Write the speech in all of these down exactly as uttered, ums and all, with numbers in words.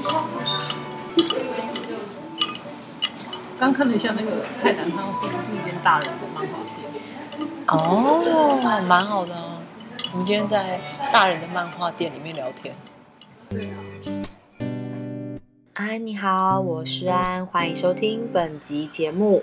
刚看了一下那个菜单，他说这是一间大人的漫画店。 哦，蛮好的啊。我们今天在大人的漫画店里面聊天。 对啊。 安，你好，我是安，欢迎收听本集节目。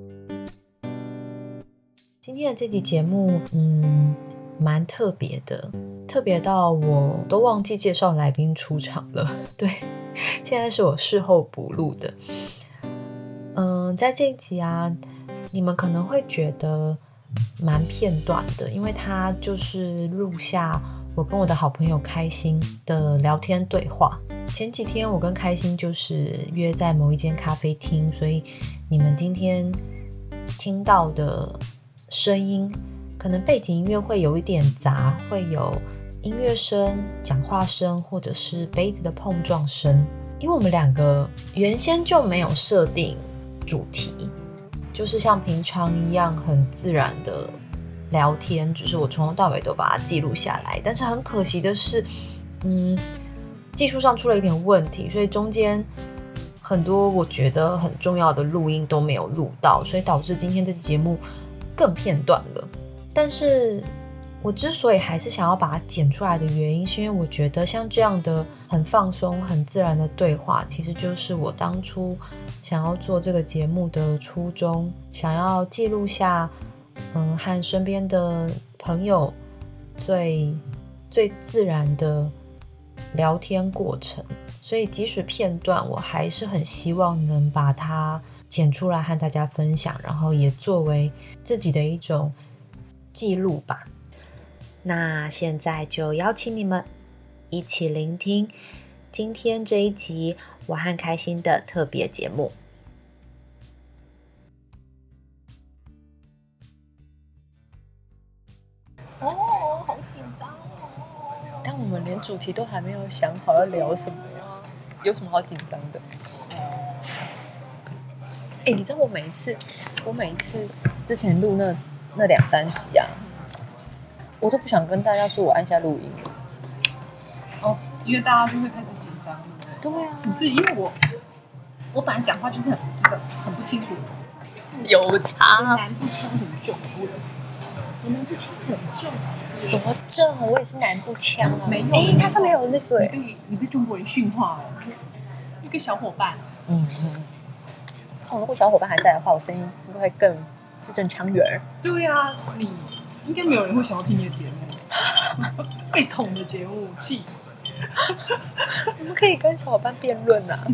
今天的这集节目，嗯，蛮特别的，特别到我都忘记介绍来宾出场了。对，现在是我事后补录的。嗯，在这一集啊，你们可能会觉得蛮片段的，因为它就是录下我跟我的好朋友开心的聊天对话。前几天我跟开心就是约在某一间咖啡厅，所以你们今天听到的声音可能背景音乐会有一点杂，会有音乐声、讲话声或者是杯子的碰撞声。因为我们两个原先就没有设定主题，就是像平常一样很自然的聊天，只是我从头到尾都把它记录下来。但是很可惜的是，嗯，技术上出了一点问题，所以中间很多我觉得很重要的录音都没有录到，所以导致今天这节目更片段了。但是我之所以还是想要把它剪出来的原因，是因为我觉得像这样的很放松很自然的对话，其实就是我当初想要做这个节目的初衷，想要记录下嗯，和身边的朋友最最自然的聊天过程。所以即使片段，我还是很希望能把它剪出来和大家分享，然后也作为自己的一种记录吧。那现在就邀请你们一起聆听今天这一集我和开心的特别节目。 哦，好紧张哦！但我们连主题都还没有想好要聊什么呀？有什么好紧张的？哎、欸，你知道我每一次，我每一次之前录那那两三集啊，我都不想跟大家说我按下录音。 哦，因为大家就会开始紧张，对不对？ 对啊， 不是因为我，我本来讲话就是很一个很不清楚， 有差， 南部腔很重，我我南部腔很重。 多正，我也是南部腔啊。 没有， 哎、欸，它上面有那个、欸， 你被你被中国人驯化了。一个小伙伴， 嗯嗯。哦，如果小伙伴还在的话，我声音应该会更字正腔圆。 对啊，你应该没有人会想要听你的节目，被捅的节目气。 我们可以跟小伙伴辩论啊。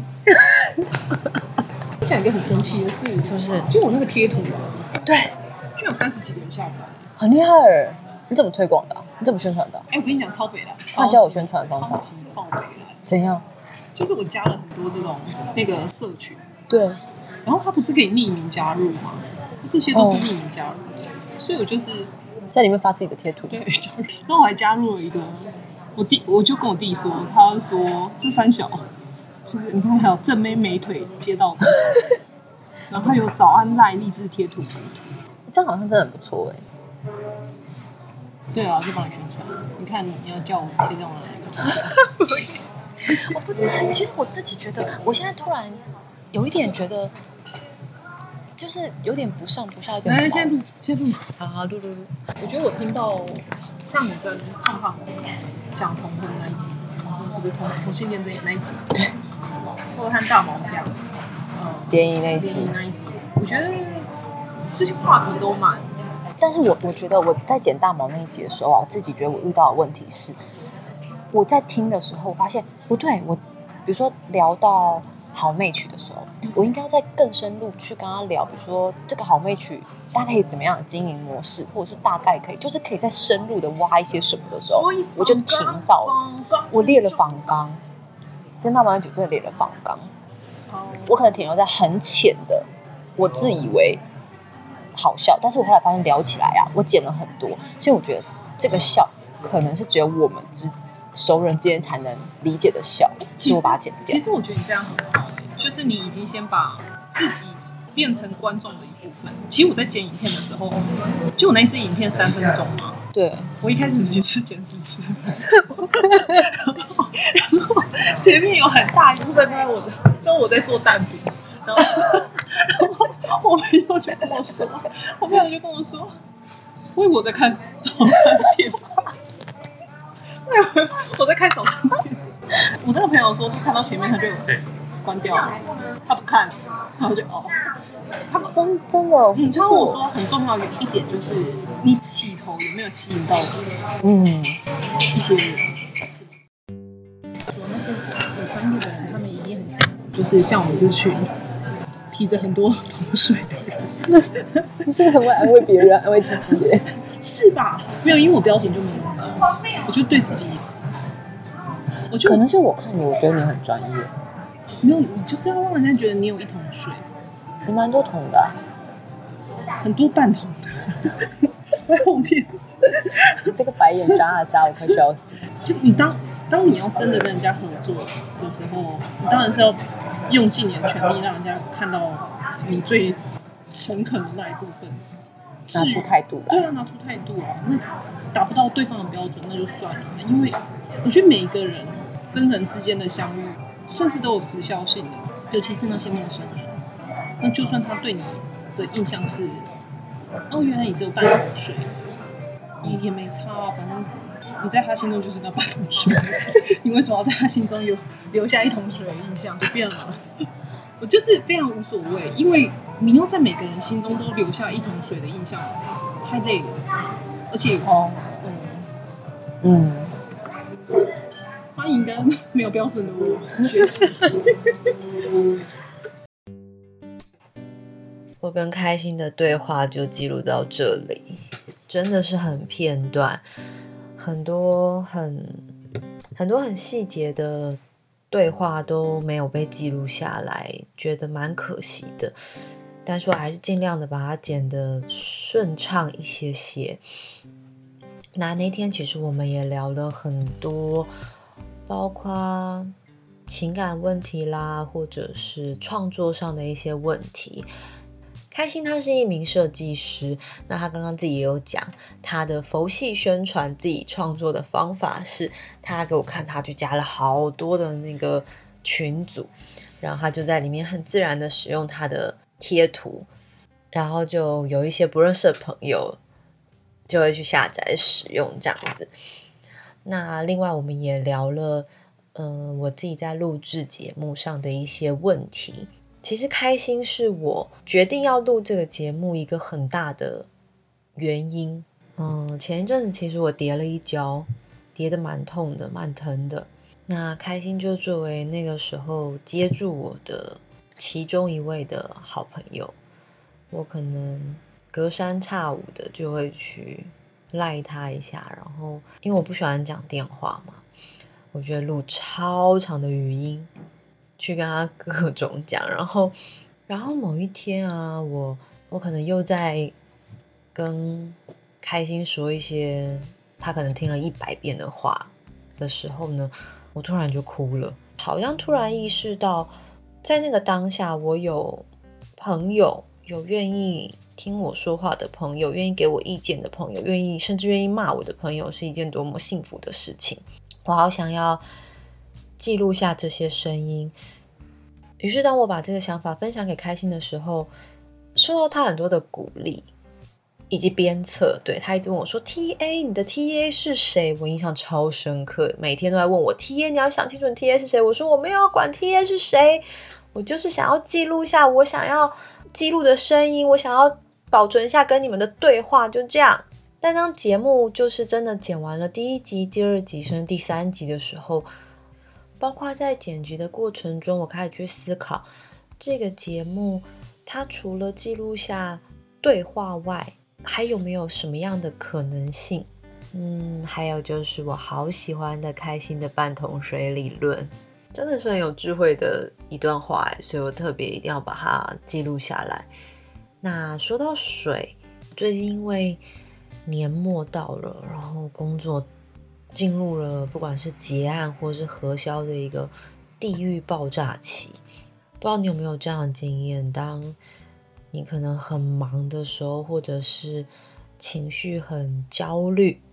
讲一个很神奇的事， 是不是？ 就我那个贴图啊， 对， 居然有三十几个人下载， 很厉害。你怎么推广的、啊？你怎么宣传的、啊？ 哎、欸，我跟你讲，超北的， 那教我宣传方法。 超级爆北的。 怎样？ 就是我加了很多这种那个社群， 对， 然后它不是可以匿名加入吗？这些都是匿名加入的，哦、所以我就是在里面发自己的贴图。 对，然后我还加入了一个，我弟我就跟我弟说，他说这三小，就是你看还有正妹美腿接到的，然后还有早安赖励志贴图， 这样好像真的很不错哎、欸。 对啊，就帮你宣传。你看你要叫我贴这种人。 我不知道，其实我自己觉得，我现在突然有一点觉得，就是有点不上不下，有点。 来，先录，先录。 好好录录录。 我觉得我听到像你跟胖胖讲同婚那一集，或者同同性恋这那一集，对，或者和大毛讲，嗯， 联谊那一集， 联谊那一集，我觉得这些话题都蛮。 但是我我觉得我在剪大毛那一集的时候啊，我自己觉得我遇到的问题是，我在听的时候，我发现不对，我比如说聊到好妹曲的时候，我应该要再更深入去跟他聊，比如说这个好妹曲大概可以怎么样的经营模式，或者是大概可以，就是可以再深入的挖一些什么的时候，我就听到了，我列了访纲，跟大毛那集真的列了访纲，我可能停留在很浅的，我自以为好笑，但是我后来发现聊起来啊，我剪了很多，所以我觉得这个笑可能是只有我们之熟人之间才能理解的笑，所以我把它剪掉。 其实我觉得你这样很好，就是你已经先把自己变成观众的一部分。其实我在剪影片的时候，就我那一支影片三分钟嘛， 对， 我一开始只是捡食吃，然后然后前面有很大一部分都在我的，都我在做蛋饼，然后然后我朋友就跟我说，我朋友就跟我说，我以为我在看早餐片，我以为我在看早餐片。我那个朋友说，他看到前面他就关掉了，他不看，然后就哦。 他真真的， 嗯，就是我说很重要的一点就是你起头有没有吸引到嗯一些人。那些有专业的人，他们一定很辛苦，就是像我们这群提着很多桶水的人。 你是不是很会安慰别人，安慰自己耶？ 是吧？没有，因为我标准就没那么高，我就对自己，我就可能是我看你，我觉得你很专业。 没有，你就是要让人家觉得你有一桶水。 你蛮多桶的、啊， 很多半桶的，在后面。 这个白眼眨啊眨，我快笑死。 就你当当你要真的跟人家合作的时候，你当然是要用尽你的全力，让人家看到你最诚恳的那一部分， 拿出态度来。 对啊，拿出态度啊。那达不到对方的标准，那就算了。因为我觉得每一个人跟人之间的相遇，算是都有时效性的，尤其是那些陌生人。那就算他对你的印象是，哦，原来你只有半桶水，也也没差啊，反正你在他心中就是那半桶水，你为什么要在他心中有留下一桶水的印象？就变了，我就是非常无所谓，因为你要在每个人心中都留下一桶水的印象，太累了，而且哦，嗯嗯，欢迎跟没有标准的我学习。 我跟开心的对话就记录到这里，真的是很片段，很多很很多很细节的对话都没有被记录下来，觉得蛮可惜的。但是我还是尽量的把它剪得顺畅一些些。那那天其实我们也聊了很多，包括情感问题啦，或者是创作上的一些问题。开心他是一名设计师，那他刚刚自己也有讲，他的佛系宣传自己创作的方法是，他给我看，他就加了好多的那个群组，然后他就在里面很自然的使用他的贴图，然后就有一些不认识的朋友就会去下载使用这样子。那另外我们也聊了，嗯、呃，我自己在录制节目上的一些问题。其实开心是我决定要录这个节目一个很大的原因。嗯，前一阵子其实我跌了一跤，跌得蛮痛的，蛮疼的。那开心就作为那个时候接住我的其中一位的好朋友，我可能隔三差五的就会去赖他一下，然后因为我不喜欢讲电话嘛，我觉得录超长的语音去跟他各种讲，然后然后某一天啊，我我可能又在跟开心说一些他可能听了一百遍的话的时候呢，我突然就哭了，好像突然意识到，在那个当下，我有朋友，有愿意听我说话的朋友，愿意给我意见的朋友，愿意甚至愿意骂我的朋友，是一件多么幸福的事情。我好想要记录下这些声音。于是当我把这个想法分享给开心的时候，受到他很多的鼓励以及鞭策。对，他一直问我说 T A 你的 T A 是谁，我印象超深刻，每天都在问我 T A 你要想清楚你 T A 是谁。我说我没有要管 T A 是谁，我就是想要记录下我想要记录的声音，我想要保存下跟你们的对话，就这样。但当节目就是真的剪完了第一集、第二集甚至第三集的时候，包括在剪辑的过程中，我开始去思考这个节目它除了记录下对话外，还有没有什么样的可能性。嗯，还有就是我好喜欢的开心的半桶水理论，真的是很有智慧的一段话，所以我特别一定要把它记录下来。那说到水，最近因为年末到了，然后工作进入了不管是结案或是核销的一个地狱爆炸期。不知道你有没有这样的经验，当你可能很忙的时候，或者是情绪很焦虑，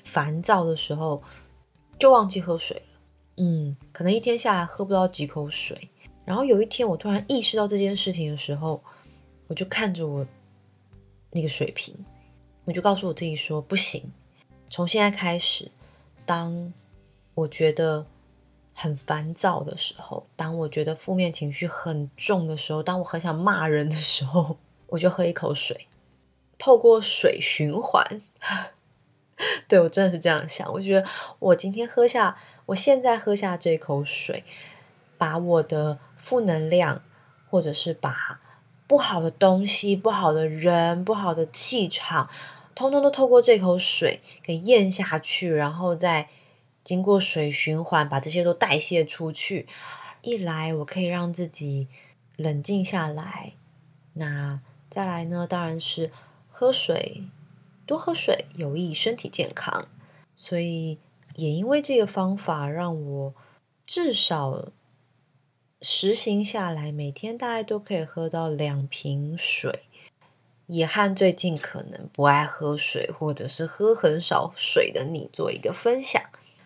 烦躁的时候，就忘记喝水了。嗯，可能一天下来喝不到几口水。然后有一天我突然意识到这件事情的时候，我就看着我那个水瓶，我就告诉我自己说，不行，从现在开始，当我觉得很烦躁的时候，当我觉得负面情绪很重的时候，当我很想骂人的时候，我就喝一口水，透过水循环。对，我真的是这样想，我觉得我今天喝下，我现在喝下这口水，把我的负能量，或者是把不好的东西、不好的人、不好的气场，通通都透过这口水给咽下去，然后再经过水循环把这些都代谢出去。一来我可以让自己冷静下来，那再来呢，当然是喝水，多喝水有益身体健康。所以也因为这个方法，让我至少实行下来，每天大概都可以喝到两瓶水，也和最近可能不爱喝水或者是喝很少水的你做一个分享。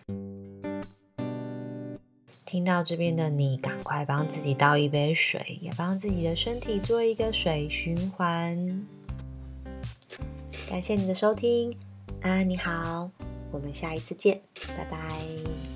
听到这边的你，赶快帮自己倒一杯水，也帮自己的身体做一个水循环。感谢你的收听，安安你好，我们下一次见，拜拜。